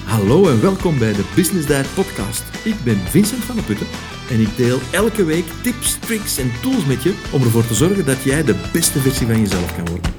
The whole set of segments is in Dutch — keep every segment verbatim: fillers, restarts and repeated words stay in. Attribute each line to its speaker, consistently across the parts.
Speaker 1: Hallo en welkom bij de Business Diet podcast. Ik ben Vincent van der Putten en ik deel elke week tips, tricks en tools met je om ervoor te zorgen dat jij de beste versie van jezelf kan worden.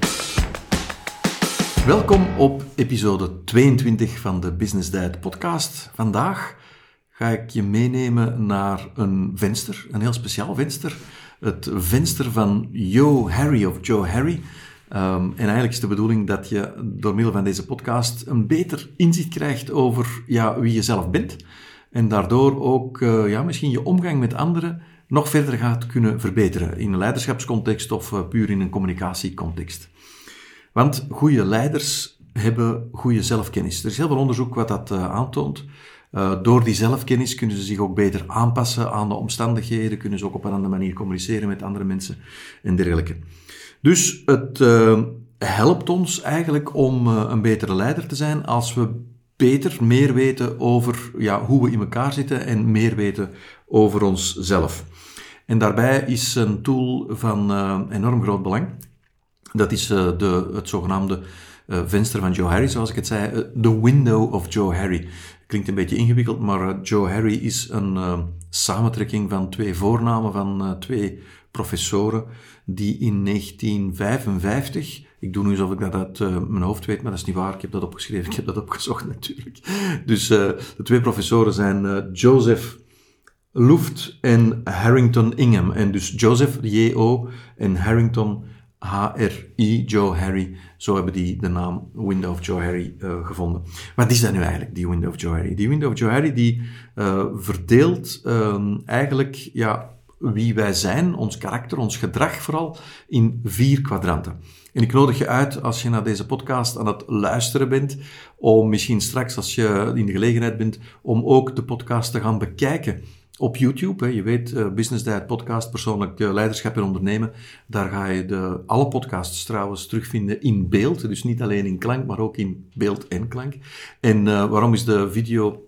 Speaker 1: Welkom op episode tweeëntwintig van de Business Diet podcast. Vandaag ga ik je meenemen naar een venster, een heel speciaal venster. Het venster van Joe Harry of Joe Harry. Um, en eigenlijk is de bedoeling dat je door middel van deze podcast een beter inzicht krijgt over ja, wie je zelf bent. En daardoor ook uh, ja, misschien je omgang met anderen nog verder gaat kunnen verbeteren. In een leiderschapscontext of uh, puur in een communicatiecontext. Want goede leiders hebben goede zelfkennis. Er is heel veel onderzoek wat dat uh, aantoont. Uh, door die zelfkennis kunnen ze zich ook beter aanpassen aan de omstandigheden. Kunnen ze ook op een andere manier communiceren met andere mensen en dergelijke. Dus het uh, helpt ons eigenlijk om uh, een betere leider te zijn als we beter, meer weten over ja, hoe we in elkaar zitten en meer weten over onszelf. En daarbij is een tool van uh, enorm groot belang. Dat is uh, de, het zogenaamde uh, venster van Joe Harry, zoals ik het zei. Uh, the window of Joe Harry. Klinkt een beetje ingewikkeld, maar uh, Joe Harry is een uh, samentrekking van twee voornamen van uh, twee professoren die in negentien vijfenvijftig, ik doe nu alsof ik dat uit uh, mijn hoofd weet, maar dat is niet waar, ik heb dat opgeschreven, ik heb dat opgezocht natuurlijk. Dus uh, de twee professoren zijn uh, Joseph Luft en Harrington Ingham. En dus Joseph, J O, en Harrington, H R I, Joe Harry. Zo hebben die de naam Window of Joe Harry uh, gevonden. Wat is dat nu eigenlijk, die Window of Joe Harry? Die Window of Joe Harry die uh, verdeelt uh, eigenlijk ja, wie wij zijn, ons karakter, ons gedrag vooral, in vier kwadranten. En ik nodig je uit, als je naar deze podcast aan het luisteren bent, om misschien straks, als je in de gelegenheid bent, om ook de podcast te gaan bekijken op YouTube. Hè. Je weet, uh, Business Diet podcast, persoonlijk uh, leiderschap en ondernemen, daar ga je de, alle podcasts trouwens terugvinden in beeld, dus niet alleen in klank, maar ook in beeld en klank. En uh, waarom is de video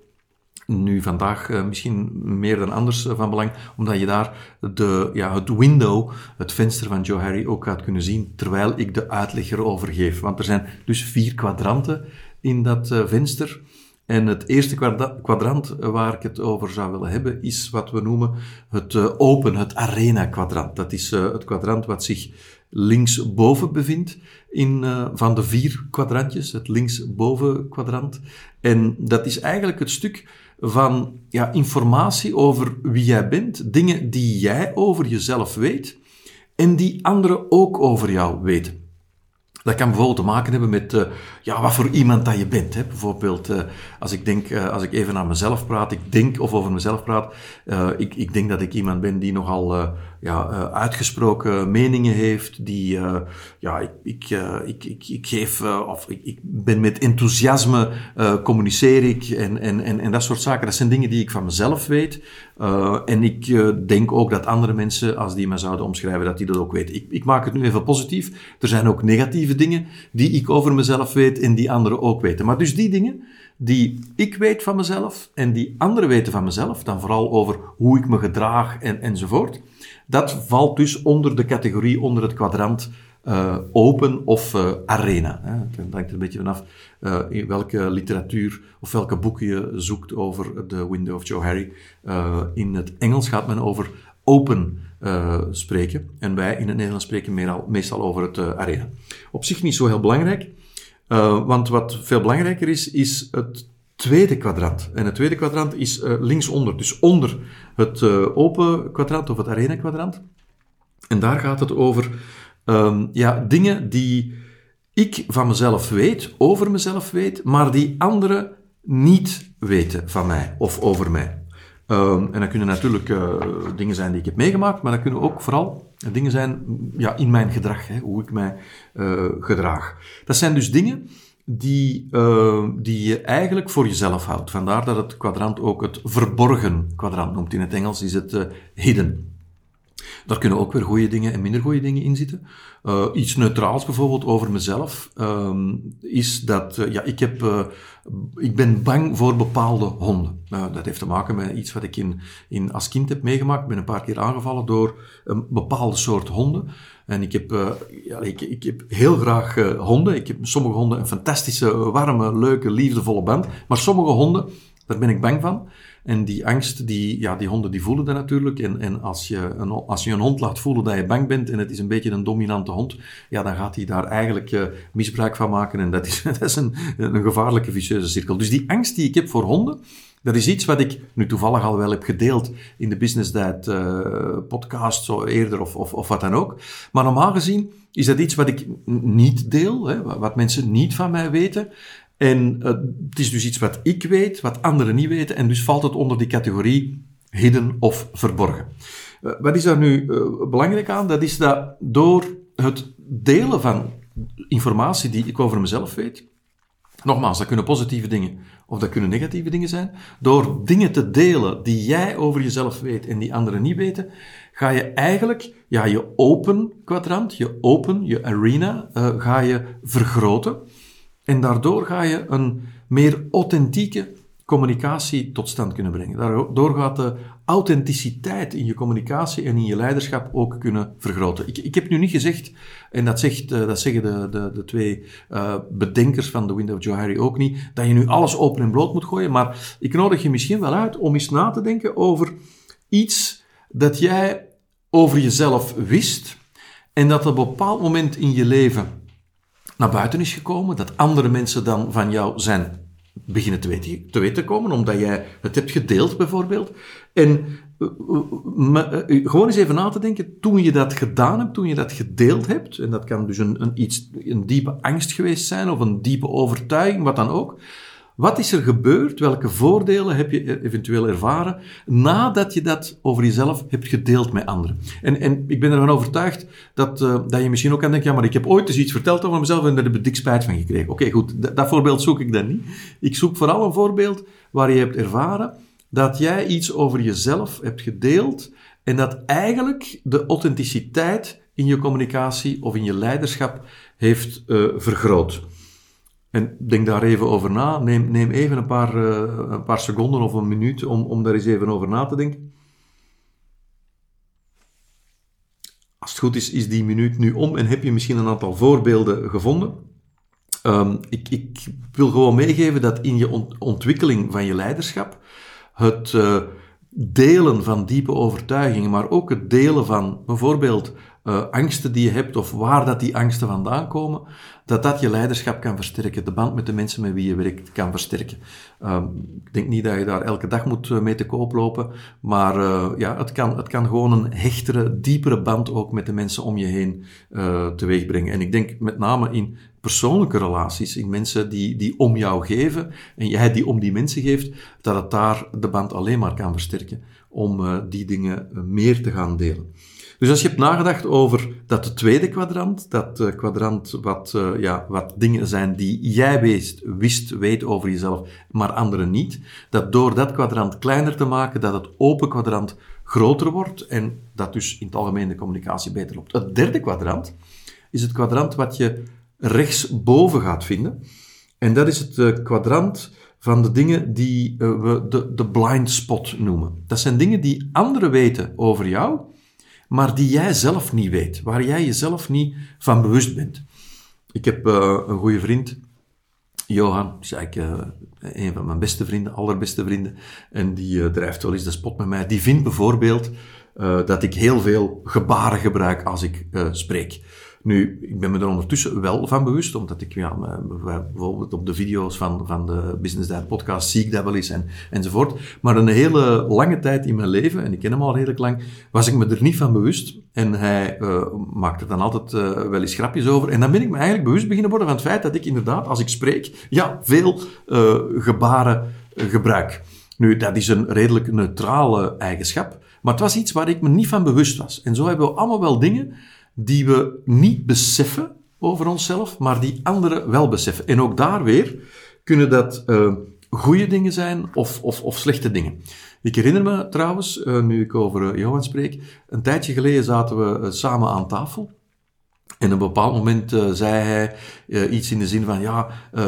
Speaker 1: nu vandaag uh, misschien meer dan anders uh, van belang, omdat je daar de, ja, het window, het venster van Joe Harry ook gaat kunnen zien, terwijl ik de uitleg erover geef. Want er zijn dus vier kwadranten in dat uh, venster. En het eerste kwadrant waar ik het over zou willen hebben, is wat we noemen het uh, open, het arena-kwadrant. Dat is uh, het kwadrant wat zich linksboven bevindt in, uh, van de vier kwadrantjes, het linksboven kwadrant. En dat is eigenlijk het stuk van ja, informatie over wie jij bent, dingen die jij over jezelf weet en die anderen ook over jou weten. Dat kan bijvoorbeeld te maken hebben met uh, ja, wat voor iemand dat je bent. Hè. Bijvoorbeeld, uh, als ik denk, uh, als ik even naar mezelf praat, ik denk of over mezelf praat, uh, ik, ik denk dat ik iemand ben die nogal uh, ja, uh, uitgesproken meningen heeft, die, uh, ja, ik, ik, uh, ik, ik, ik geef, uh, of ik, ik ben met enthousiasme, uh, communiceer ik en, en, en, en dat soort zaken. Dat zijn dingen die ik van mezelf weet. Uh, en ik uh, denk ook dat andere mensen, als die me zouden omschrijven, dat die dat ook weten. Ik, ik maak het nu even positief. Er zijn ook negatieve dingen die ik over mezelf weet en die anderen ook weten. Maar dus die dingen die ik weet van mezelf en die anderen weten van mezelf, dan vooral over hoe ik me gedraag en, enzovoort, dat valt dus onder de categorie, onder het kwadrant uh, open of uh, arena. Hè. Het hangt er een beetje vanaf uh, in welke literatuur of welke boeken je zoekt over de Window of Joe Harry. Uh, in het Engels gaat men over open uh, spreken en wij in het Nederlands spreken meestal, meestal over het uh, arena. Op zich niet zo heel belangrijk, uh, want wat veel belangrijker is, is het tweede kwadrant. En het tweede kwadrant is uh, linksonder, dus onder het uh, open kwadrant of het arena kwadrant. En daar gaat het over um, ja, dingen die ik van mezelf weet, over mezelf weet, maar die anderen niet weten van mij of over mij. Um, en dat kunnen natuurlijk uh, dingen zijn die ik heb meegemaakt, maar dat kunnen ook vooral dingen zijn ja, in mijn gedrag, hè, hoe ik mij uh, gedraag. Dat zijn dus dingen die, uh, die je eigenlijk voor jezelf houdt. Vandaar dat het kwadrant ook het verborgen kwadrant noemt. In het Engels is het uh, hidden. Daar kunnen ook weer goede dingen en minder goede dingen in zitten. Uh, iets neutraals bijvoorbeeld over mezelf um, is dat uh, ja, ik, heb, uh, ik ben bang voor bepaalde honden. Uh, dat heeft te maken met iets wat ik in, in als kind heb meegemaakt. Ik ben een paar keer aangevallen door een bepaalde soort honden. En ik heb, uh, ja, ik, ik heb heel graag uh, honden. Ik heb met sommige honden een fantastische, warme, leuke, liefdevolle band. Maar sommige honden, daar ben ik bang van. En die angst, die, ja, die honden die voelen dat natuurlijk. En, en als, je een, als je een hond laat voelen dat je bang bent en het is een beetje een dominante hond, ja, dan gaat hij daar eigenlijk uh, misbruik van maken. En dat is, dat is een, een gevaarlijke, vicieuze cirkel. Dus die angst die ik heb voor honden, dat is iets wat ik nu toevallig al wel heb gedeeld in de Business Diet uh, podcast, zo eerder of, of, of wat dan ook. Maar normaal gezien is dat iets wat ik niet deel, hè, wat mensen niet van mij weten. En uh, het is dus iets wat ik weet, wat anderen niet weten, en dus valt het onder die categorie hidden of verborgen. Uh, wat is daar nu uh, belangrijk aan? Dat is dat door het delen van informatie die ik over mezelf weet, nogmaals, dat kunnen positieve dingen of dat kunnen negatieve dingen zijn, door dingen te delen die jij over jezelf weet en die anderen niet weten, ga je eigenlijk ja, je open kwadrant, je open, je arena, uh, ga je vergroten. En daardoor ga je een meer authentieke communicatie tot stand kunnen brengen. Daardoor gaat de authenticiteit in je communicatie en in je leiderschap ook kunnen vergroten. Ik, ik heb nu niet gezegd, en dat, zegt, dat zeggen de, de, de twee uh, bedenkers van The Wind of Johari ook niet, dat je nu alles open en bloot moet gooien, maar ik nodig je misschien wel uit om eens na te denken over iets dat jij over jezelf wist en dat op een bepaald moment in je leven naar buiten is gekomen, dat andere mensen dan van jou zijn beginnen te weten, te weten komen, omdat jij het hebt gedeeld bijvoorbeeld. En uh, uh, uh, gewoon eens even na te denken, toen je dat gedaan hebt, toen je dat gedeeld hebt, en dat kan dus een, een, iets, een diepe angst geweest zijn, of een diepe overtuiging, wat dan ook. Wat is er gebeurd? Welke voordelen heb je eventueel ervaren nadat je dat over jezelf hebt gedeeld met anderen? En, en ik ben ervan overtuigd dat, uh, dat je misschien ook kan denken, ja, maar ik heb ooit eens iets verteld over mezelf en daar heb ik dik spijt van gekregen. Oké, okay, goed, d- dat voorbeeld zoek ik dan niet. Ik zoek vooral een voorbeeld waar je hebt ervaren dat jij iets over jezelf hebt gedeeld en dat eigenlijk de authenticiteit in je communicatie of in je leiderschap heeft uh, vergroot. En denk daar even over na. Neem, neem even een paar, uh, een paar seconden of een minuut om, om daar eens even over na te denken. Als het goed is, is die minuut nu om en heb je misschien een aantal voorbeelden gevonden. Um, ik, ik wil gewoon meegeven dat in je ont- ontwikkeling van je leiderschap het uh, delen van diepe overtuigingen, maar ook het delen van bijvoorbeeld uh, angsten die je hebt of waar dat die angsten vandaan komen, dat dat je leiderschap kan versterken, de band met de mensen met wie je werkt kan versterken. Um, ik denk niet dat je daar elke dag moet uh, mee te koop lopen, maar uh, ja, het kan, het kan gewoon een hechtere, diepere band ook met de mensen om je heen uh, teweeg brengen. En ik denk met name in persoonlijke relaties, in mensen die, die om jou geven en jij die om die mensen geeft, dat het daar de band alleen maar kan versterken om uh, die dingen uh, meer te gaan delen. Dus als je hebt nagedacht over dat tweede kwadrant, dat uh, kwadrant wat, uh, ja, wat dingen zijn die jij wist, wist, weet over jezelf, maar anderen niet, dat door dat kwadrant kleiner te maken, dat het open kwadrant groter wordt en dat dus in het algemeen de communicatie beter loopt. Het derde kwadrant is het kwadrant wat je rechtsboven gaat vinden. En dat is het uh, kwadrant van de dingen die uh, we de, de blind spot noemen. Dat zijn dingen die anderen weten over jou, maar die jij zelf niet weet, waar jij jezelf niet van bewust bent. Ik heb uh, een goede vriend, Johan, is eigenlijk uh, een van mijn beste vrienden, allerbeste vrienden, en die uh, drijft wel eens de spot met mij. Die vindt bijvoorbeeld uh, dat ik heel veel gebaren gebruik als ik uh, spreek. Nu, ik ben me er ondertussen wel van bewust, omdat ik ja, bijvoorbeeld op de video's van, van de Business Diet podcast zie ik dat wel eens en, enzovoort. Maar een hele lange tijd in mijn leven, en ik ken hem al redelijk lang, was ik me er niet van bewust. En hij uh, maakte er dan altijd uh, wel eens grapjes over. En dan ben ik me eigenlijk bewust beginnen worden van het feit dat ik inderdaad, als ik spreek, ja, veel uh, gebaren uh, gebruik. Nu, dat is een redelijk neutrale eigenschap, maar het was iets waar ik me niet van bewust was. En zo hebben we allemaal wel dingen die we niet beseffen over onszelf, maar die anderen wel beseffen. En ook daar weer kunnen dat uh, goede dingen zijn of, of, of slechte dingen. Ik herinner me trouwens, uh, nu ik over uh, Johan spreek, een tijdje geleden zaten we uh, samen aan tafel. En op een bepaald moment uh, zei hij uh, iets in de zin van, ja, uh,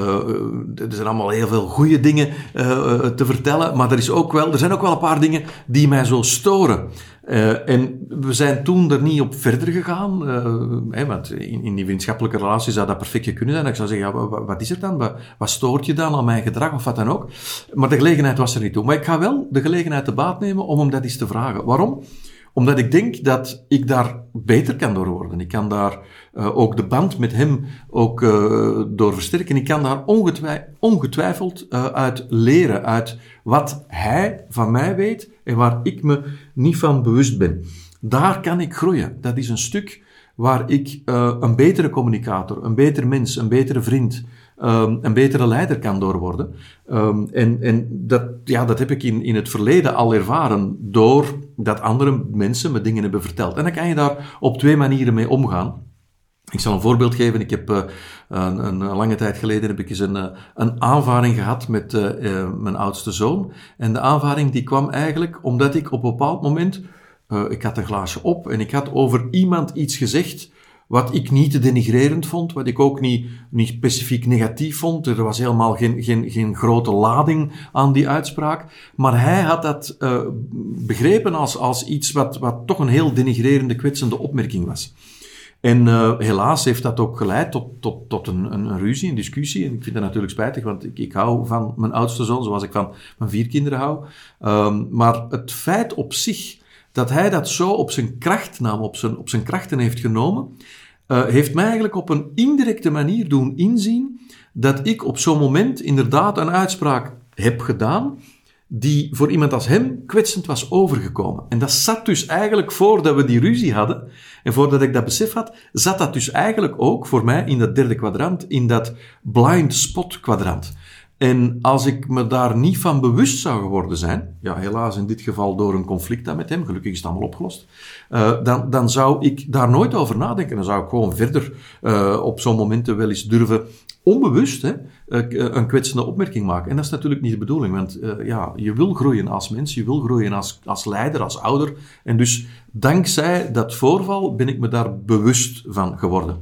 Speaker 1: er zijn allemaal heel veel goede dingen uh, te vertellen, maar er, is ook wel, er zijn ook wel een paar dingen die mij zo storen. Uh, en we zijn toen er niet op verder gegaan, uh, hè, want in, in die vriendschappelijke relatie zou dat perfect kunnen zijn. Ik zou zeggen, ja, wat, wat is er dan? Wat, wat stoort je dan aan mijn gedrag of wat dan ook? Maar de gelegenheid was er niet toe. Maar ik ga wel de gelegenheid te baat nemen om hem dat eens te vragen. Waarom? Omdat ik denk dat ik daar beter kan door worden. Ik kan daar uh, ook de band met hem ook uh, door versterken. Ik kan daar ongetwij- ongetwijfeld uh, uit leren, uit wat hij van mij weet en waar ik me niet van bewust ben. Daar kan ik groeien. Dat is een stuk waar ik uh, een betere communicator, een beter mens, een betere vriend, Um, een betere leider kan doorworden. Um, en en dat, ja, dat heb ik in, in het verleden al ervaren, doordat andere mensen me dingen hebben verteld. En dan kan je daar op twee manieren mee omgaan. Ik zal een voorbeeld geven. Ik heb uh, een, een lange tijd geleden heb ik eens een, een aanvaring gehad met uh, uh, mijn oudste zoon. En de aanvaring die kwam eigenlijk omdat ik op een bepaald moment, uh, ik had een glaasje op en ik had over iemand iets gezegd wat ik niet te denigrerend vond, wat ik ook niet, niet specifiek negatief vond. Er was helemaal geen, geen, geen grote lading aan die uitspraak. Maar hij had dat uh, begrepen als, als iets wat, wat toch een heel denigrerende, kwetsende opmerking was. En uh, helaas heeft dat ook geleid tot, tot, tot een, een, een ruzie, een discussie. En ik vind dat natuurlijk spijtig, want ik, ik hou van mijn oudste zoon, zoals ik van mijn vier kinderen hou. Um, maar het feit op zich dat hij dat zo op zijn kracht nam, op zijn, op zijn krachten heeft genomen, uh, heeft mij eigenlijk op een indirecte manier doen inzien dat ik op zo'n moment inderdaad een uitspraak heb gedaan die voor iemand als hem kwetsend was overgekomen. En dat zat dus eigenlijk, voordat we die ruzie hadden, en voordat ik dat besef had, zat dat dus eigenlijk ook voor mij in dat derde kwadrant, in dat blind spot kwadrant. En als ik me daar niet van bewust zou geworden zijn, ja, helaas in dit geval door een conflict dan met hem, gelukkig is het allemaal opgelost, uh, dan, dan zou ik daar nooit over nadenken. Dan zou ik gewoon verder uh, op zo'n momenten wel eens durven, onbewust, hè, een kwetsende opmerking maken. En dat is natuurlijk niet de bedoeling, want uh, ja, je wil groeien als mens, je wil groeien als, als leider, als ouder. En dus dankzij dat voorval ben ik me daar bewust van geworden.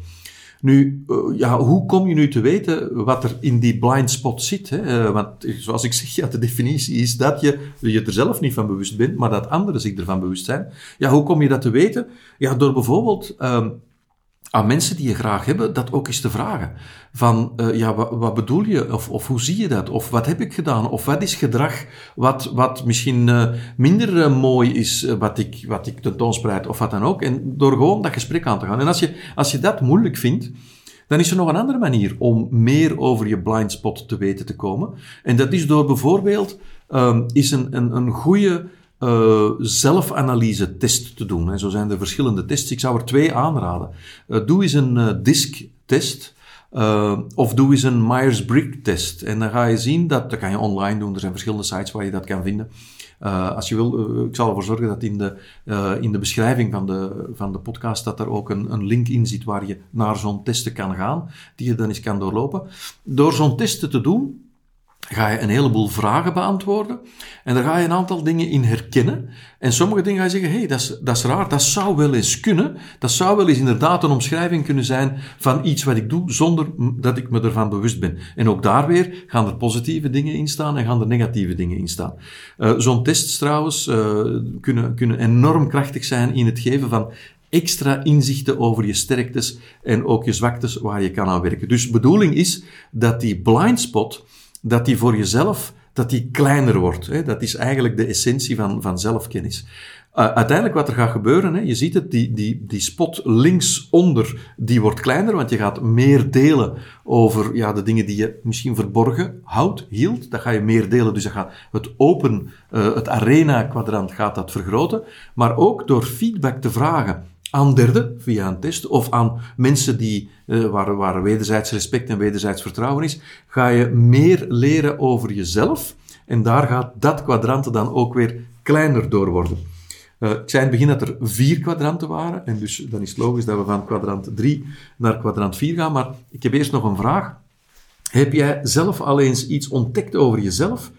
Speaker 1: Nu, uh, ja, hoe kom je nu te weten wat er in die blind spot zit? Hè? Uh, want zoals ik zeg, ja, de definitie is dat je je er zelf niet van bewust bent, maar dat anderen zich ervan bewust zijn. Ja, hoe kom je dat te weten? Ja, door bijvoorbeeld Uh, aan mensen die je graag hebben, dat ook eens te vragen. Van, uh, ja, wat, wat bedoel je? Of, of hoe zie je dat? Of wat heb ik gedaan? Of wat is gedrag wat, wat misschien uh, minder uh, mooi is, uh, wat ik, wat ik tentoonspreid, of wat dan ook. En door gewoon dat gesprek aan te gaan. En als je, als je dat moeilijk vindt, dan is er nog een andere manier om meer over je blind spot te weten te komen. En dat is door bijvoorbeeld, um, is een, een, een goede Uh, zelfanalyse-test te doen. En zo zijn er verschillende tests. Ik zou er twee aanraden. Uh, doe eens een uh, D I S C-test. Uh, of doe eens een Myers-Briggs-test. En dan ga je zien dat, dat kan je online doen. Er zijn verschillende sites waar je dat kan vinden. Uh, als je wil, uh, ik zal ervoor zorgen dat in de, uh, in de beschrijving van de, van de podcast dat er ook een, een link in zit waar je naar zo'n testen kan gaan, die je dan eens kan doorlopen. Door zo'n testen te doen, ga je een heleboel vragen beantwoorden en daar ga je een aantal dingen in herkennen. En sommige dingen ga je zeggen, hé, hey, dat is, dat is raar, dat zou wel eens kunnen. Dat zou wel eens inderdaad een omschrijving kunnen zijn van iets wat ik doe zonder dat ik me ervan bewust ben. En ook daar weer gaan er positieve dingen in staan en gaan er negatieve dingen in staan. Uh, zo'n tests trouwens uh, kunnen, kunnen enorm krachtig zijn in het geven van extra inzichten over je sterktes en ook je zwaktes waar je kan aan werken. Dus de bedoeling is dat die blind spot, dat die voor jezelf, dat die kleiner wordt. Hè. Dat is eigenlijk de essentie van, van zelfkennis. Uh, uiteindelijk wat er gaat gebeuren, hè, je ziet het, die, die, die spot linksonder, die wordt kleiner, want je gaat meer delen over ja, de dingen die je misschien verborgen houdt, hield. Dat ga je meer delen, dus dat gaat het open, uh, het arena-kwadrant gaat dat vergroten. Maar ook door feedback te vragen aan derden, via een test, of aan mensen die, uh, waar, waar wederzijds respect en wederzijds vertrouwen is, ga je meer leren over jezelf. En daar gaat dat kwadrant dan ook weer kleiner door worden. Uh, ik zei in het begin dat er vier kwadranten waren, en dus dan is het logisch dat we van kwadrant drie naar kwadrant vier gaan, maar ik heb eerst nog een vraag. Heb jij zelf al eens iets ontdekt over jezelf,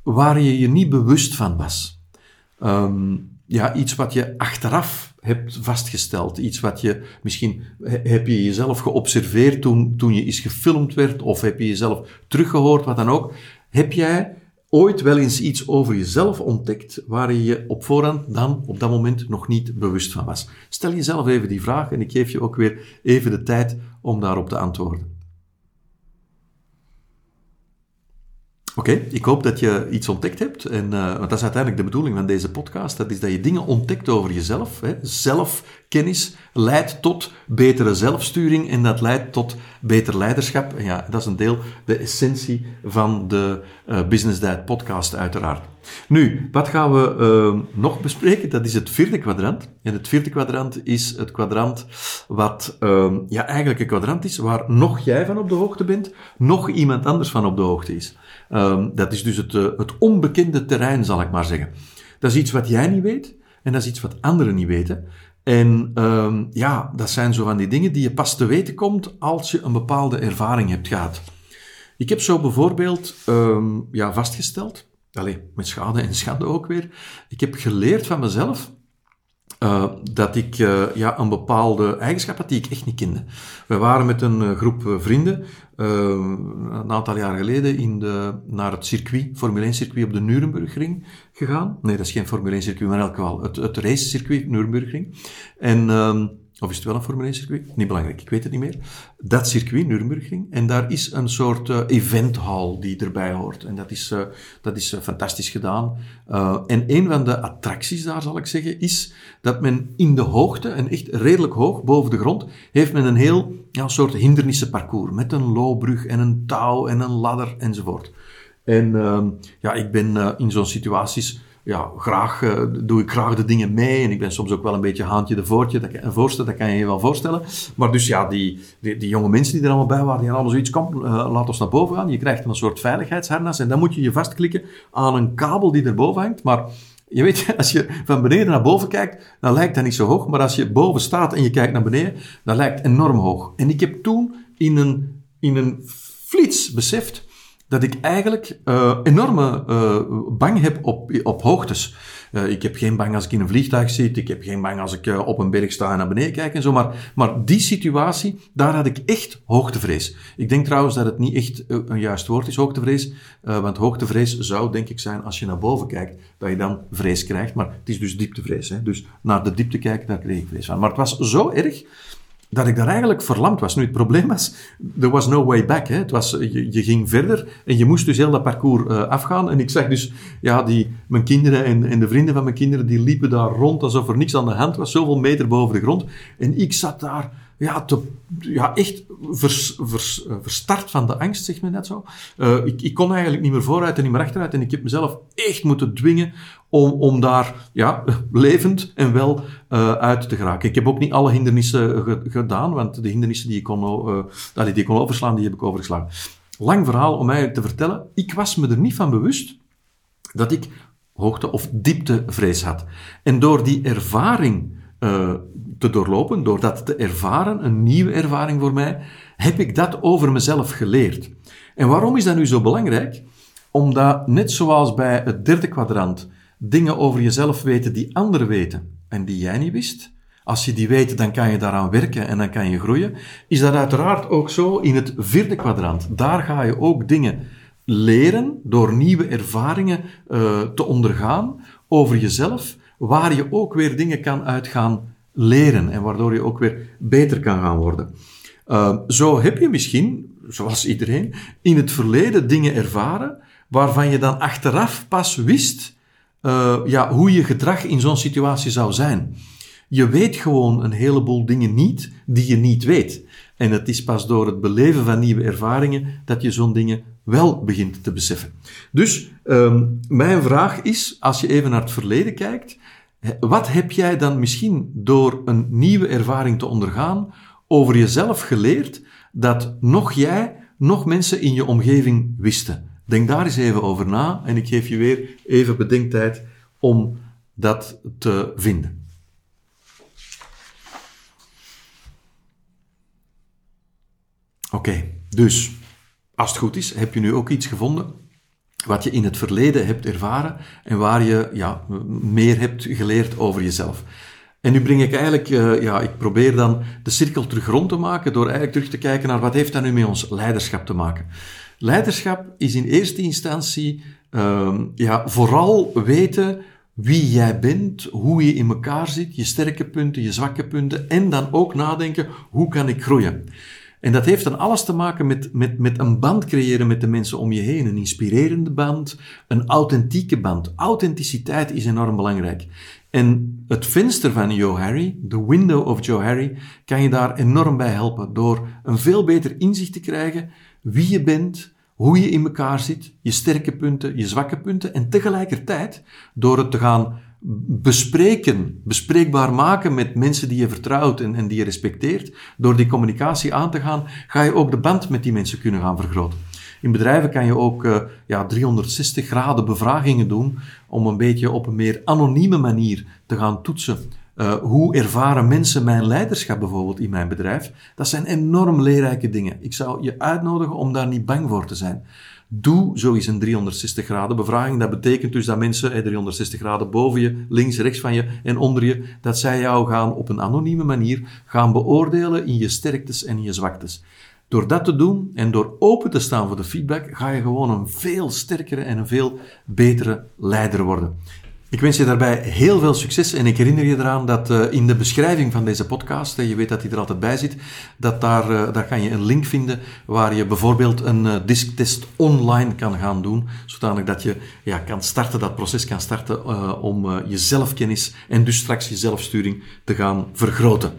Speaker 1: waar je je niet bewust van was. Um, ja, iets wat je achteraf hebt vastgesteld. Iets wat je, misschien heb je jezelf geobserveerd toen, toen je eens gefilmd werd, of heb je jezelf teruggehoord, wat dan ook. Heb jij ooit wel eens iets over jezelf ontdekt waar je je op voorhand dan op dat moment nog niet bewust van was? Stel jezelf even die vraag en ik geef je ook weer even de tijd om daarop te antwoorden. Oké, okay, ik hoop dat je iets ontdekt hebt. En, uh, want dat is uiteindelijk de bedoeling van deze podcast. Dat is dat je dingen ontdekt over jezelf. Hè. Zelfkennis leidt tot betere zelfsturing en dat leidt tot beter leiderschap. En ja, dat is een deel, de essentie van de uh, Business Diet podcast uiteraard. Nu, wat gaan we uh, nog bespreken? Dat is het vierde kwadrant. En het vierde kwadrant is het kwadrant wat uh, ja, eigenlijk een kwadrant is waar nog jij van op de hoogte bent, nog iemand anders van op de hoogte is. Uh, dat is dus het, uh, het onbekende terrein, zal ik maar zeggen. Dat is iets wat jij niet weet en dat is iets wat anderen niet weten. En uh, ja, dat zijn zo van die dingen die je pas te weten komt als je een bepaalde ervaring hebt gehad. Ik heb zo bijvoorbeeld uh, ja, vastgesteld, allee, met schade en schande ook weer, ik heb geleerd van mezelf Uh, dat ik uh, ja, een bepaalde eigenschap had die ik echt niet kende. We waren met een uh, groep uh, vrienden uh, een aantal jaar geleden in de, naar het circuit, Formule één circuit op de Nurembergring gegaan. Nee, dat is geen Formule één circuit, maar in elk geval het, het racecircuit Nurembergring. En, uh, of is het wel een Formule één circuit? Niet belangrijk, ik weet het niet meer. Dat circuit, Nurembergring. En daar is een soort uh, eventhal die erbij hoort. En dat is, uh, dat is uh, fantastisch gedaan. Uh, en een van de attracties daar, zal ik zeggen, is dat men in de hoogte, en echt redelijk hoog boven de grond, heeft men een heel ja, soort hindernissenparcours. Met een loopbrug en een touw en een ladder enzovoort. En uh, ja, ik ben uh, in zo'n situaties... Ja, graag uh, doe ik graag de dingen mee en ik ben soms ook wel een beetje haantje de voortje, dat, kan, voorstel, dat kan je je wel voorstellen. Maar dus ja, die, die, die jonge mensen die er allemaal bij waren, die hadden allemaal zoiets, kom, uh, laat ons naar boven gaan. Je krijgt een soort veiligheidsharnas en dan moet je je vastklikken aan een kabel die erboven hangt. Maar je weet, als je van beneden naar boven kijkt, dan lijkt dat niet zo hoog. Maar als je boven staat en je kijkt naar beneden, dan lijkt het enorm hoog. En ik heb toen in een, in een flits beseft dat ik eigenlijk uh, enorme uh, bang heb op, op hoogtes. Uh, ik heb geen bang als ik in een vliegtuig zit, ik heb geen bang als ik uh, op een berg sta en naar beneden kijk en zo, maar, maar die situatie, daar had ik echt hoogtevrees. Ik denk trouwens dat het niet echt uh, een juist woord is, hoogtevrees, uh, want hoogtevrees zou denk ik zijn als je naar boven kijkt, dat je dan vrees krijgt, maar het is dus dieptevrees. Hè? Dus naar de diepte kijken, daar kreeg ik vrees van. Maar het was zo erg dat ik daar eigenlijk verlamd was. Nu, het probleem was, there was no way back. Hè. Het was, je, je ging verder en je moest dus heel dat parcours uh, afgaan. En ik zag dus, ja, die, mijn kinderen en, en de vrienden van mijn kinderen, die liepen daar rond alsof er niks aan de hand was, zoveel meter boven de grond. En ik zat daar, ja, te, ja echt vers, vers, verstart van de angst, zegt men net zo. Uh, ik, ik kon eigenlijk niet meer vooruit en niet meer achteruit. En ik heb mezelf echt moeten dwingen om, om daar, ja, levend en wel uh, uit te geraken. Ik heb ook niet alle hindernissen ge, gedaan, want de hindernissen die ik kon, uh, die ik kon overslaan, die heb ik overgeslagen. Lang verhaal om mij te vertellen. Ik was me er niet van bewust dat ik hoogte- of dieptevrees had. En door die ervaring uh, te doorlopen, door dat te ervaren, een nieuwe ervaring voor mij, heb ik dat over mezelf geleerd. En waarom is dat nu zo belangrijk? Omdat, net zoals bij het derde kwadrant, dingen over jezelf weten die anderen weten en die jij niet wist. Als je die weet, dan kan je daaraan werken en dan kan je groeien. Is dat uiteraard ook zo in het vierde kwadrant. Daar ga je ook dingen leren door nieuwe ervaringen uh, te ondergaan over jezelf, waar je ook weer dingen kan uit gaan leren en waardoor je ook weer beter kan gaan worden. Uh, zo heb je misschien, zoals iedereen, in het verleden dingen ervaren waarvan je dan achteraf pas wist uh, ja, hoe je gedrag in zo'n situatie zou zijn. Je weet gewoon een heleboel dingen niet die je niet weet. En het is pas door het beleven van nieuwe ervaringen dat je zo'n dingen wel begint te beseffen. Dus um, mijn vraag is, als je even naar het verleden kijkt, wat heb jij dan misschien door een nieuwe ervaring te ondergaan over jezelf geleerd dat nog jij, nog mensen in je omgeving wisten? Denk daar eens even over na en ik geef je weer even bedenktijd om dat te vinden. Oké, okay, dus als het goed is, heb je nu ook iets gevonden wat je in het verleden hebt ervaren en waar je ja, meer hebt geleerd over jezelf. En nu breng ik eigenlijk, uh, ja, ik probeer dan de cirkel terug rond te maken door eigenlijk terug te kijken naar wat heeft dat nu met ons leiderschap te maken. Leiderschap is in eerste instantie uh, ja, vooral weten wie jij bent, hoe je in elkaar zit, je sterke punten, je zwakke punten en dan ook nadenken, hoe kan ik groeien? En dat heeft dan alles te maken met, met, met een band creëren met de mensen om je heen. Een inspirerende band, een authentieke band. Authenticiteit is enorm belangrijk. En het venster van Joe Harry, the window of Joe Harry, kan je daar enorm bij helpen door een veel beter inzicht te krijgen wie je bent, hoe je in elkaar zit, je sterke punten, je zwakke punten en tegelijkertijd door het te gaan bespreken, bespreekbaar maken met mensen die je vertrouwt en, en die je respecteert, door die communicatie aan te gaan, ga je ook de band met die mensen kunnen gaan vergroten. In bedrijven kan je ook uh, ja, driehonderdzestig graden bevragingen doen om een beetje op een meer anonieme manier te gaan toetsen. Uh, hoe ervaren mensen mijn leiderschap bijvoorbeeld in mijn bedrijf? Dat zijn enorm leerrijke dingen. Ik zou je uitnodigen om daar niet bang voor te zijn. Doe zo eens een driehonderdzestig graden bevraging. Dat betekent dus dat mensen, eh, driehonderdzestig graden boven je, links, rechts van je en onder je, dat zij jou gaan op een anonieme manier gaan beoordelen in je sterktes en in je zwaktes. Door dat te doen en door open te staan voor de feedback, ga je gewoon een veel sterkere en een veel betere leider worden. Ik wens je daarbij heel veel succes en ik herinner je eraan dat uh, in de beschrijving van deze podcast, uh, je weet dat die er altijd bij zit, dat daar, uh, daar kan je een link vinden waar je bijvoorbeeld een uh, disktest online kan gaan doen, zodanig dat je ja, kan starten, dat proces kan starten uh, om uh, je zelfkennis en dus straks je zelfsturing te gaan vergroten.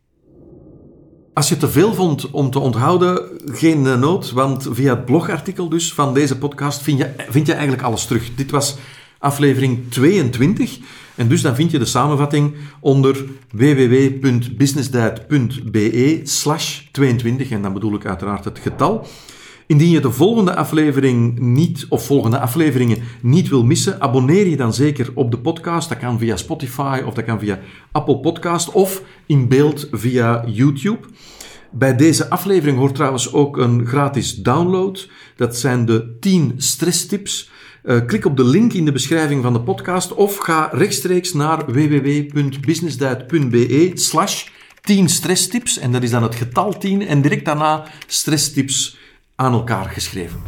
Speaker 1: Als je te veel vond om te onthouden, geen uh, nood, want via het blogartikel dus van deze podcast vind je, vind je eigenlijk alles terug. Dit was aflevering tweeëntwintig. En dus dan vind je de samenvatting onder w w w punt businessdiet punt b e slash tweeëntwintig. En dan bedoel ik uiteraard het getal. Indien je de volgende aflevering niet, of volgende afleveringen niet wil missen, abonneer je dan zeker op de podcast. Dat kan via Spotify of dat kan via Apple Podcast of in beeld via YouTube. Bij deze aflevering hoort trouwens ook een gratis download. Dat zijn de tien stresstips. Uh, klik op de link in de beschrijving van de podcast of ga rechtstreeks naar w w w punt businessdiet punt b e slash tien stresstips. En dat is dan het getal tien en direct daarna stresstips aan elkaar geschreven.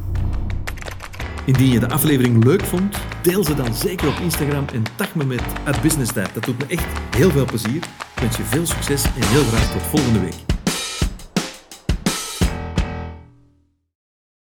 Speaker 1: Indien je de aflevering leuk vond, deel ze dan zeker op Instagram en tag me met at businessdiet. Dat doet me echt heel veel plezier. Ik wens je veel succes en heel graag tot volgende week.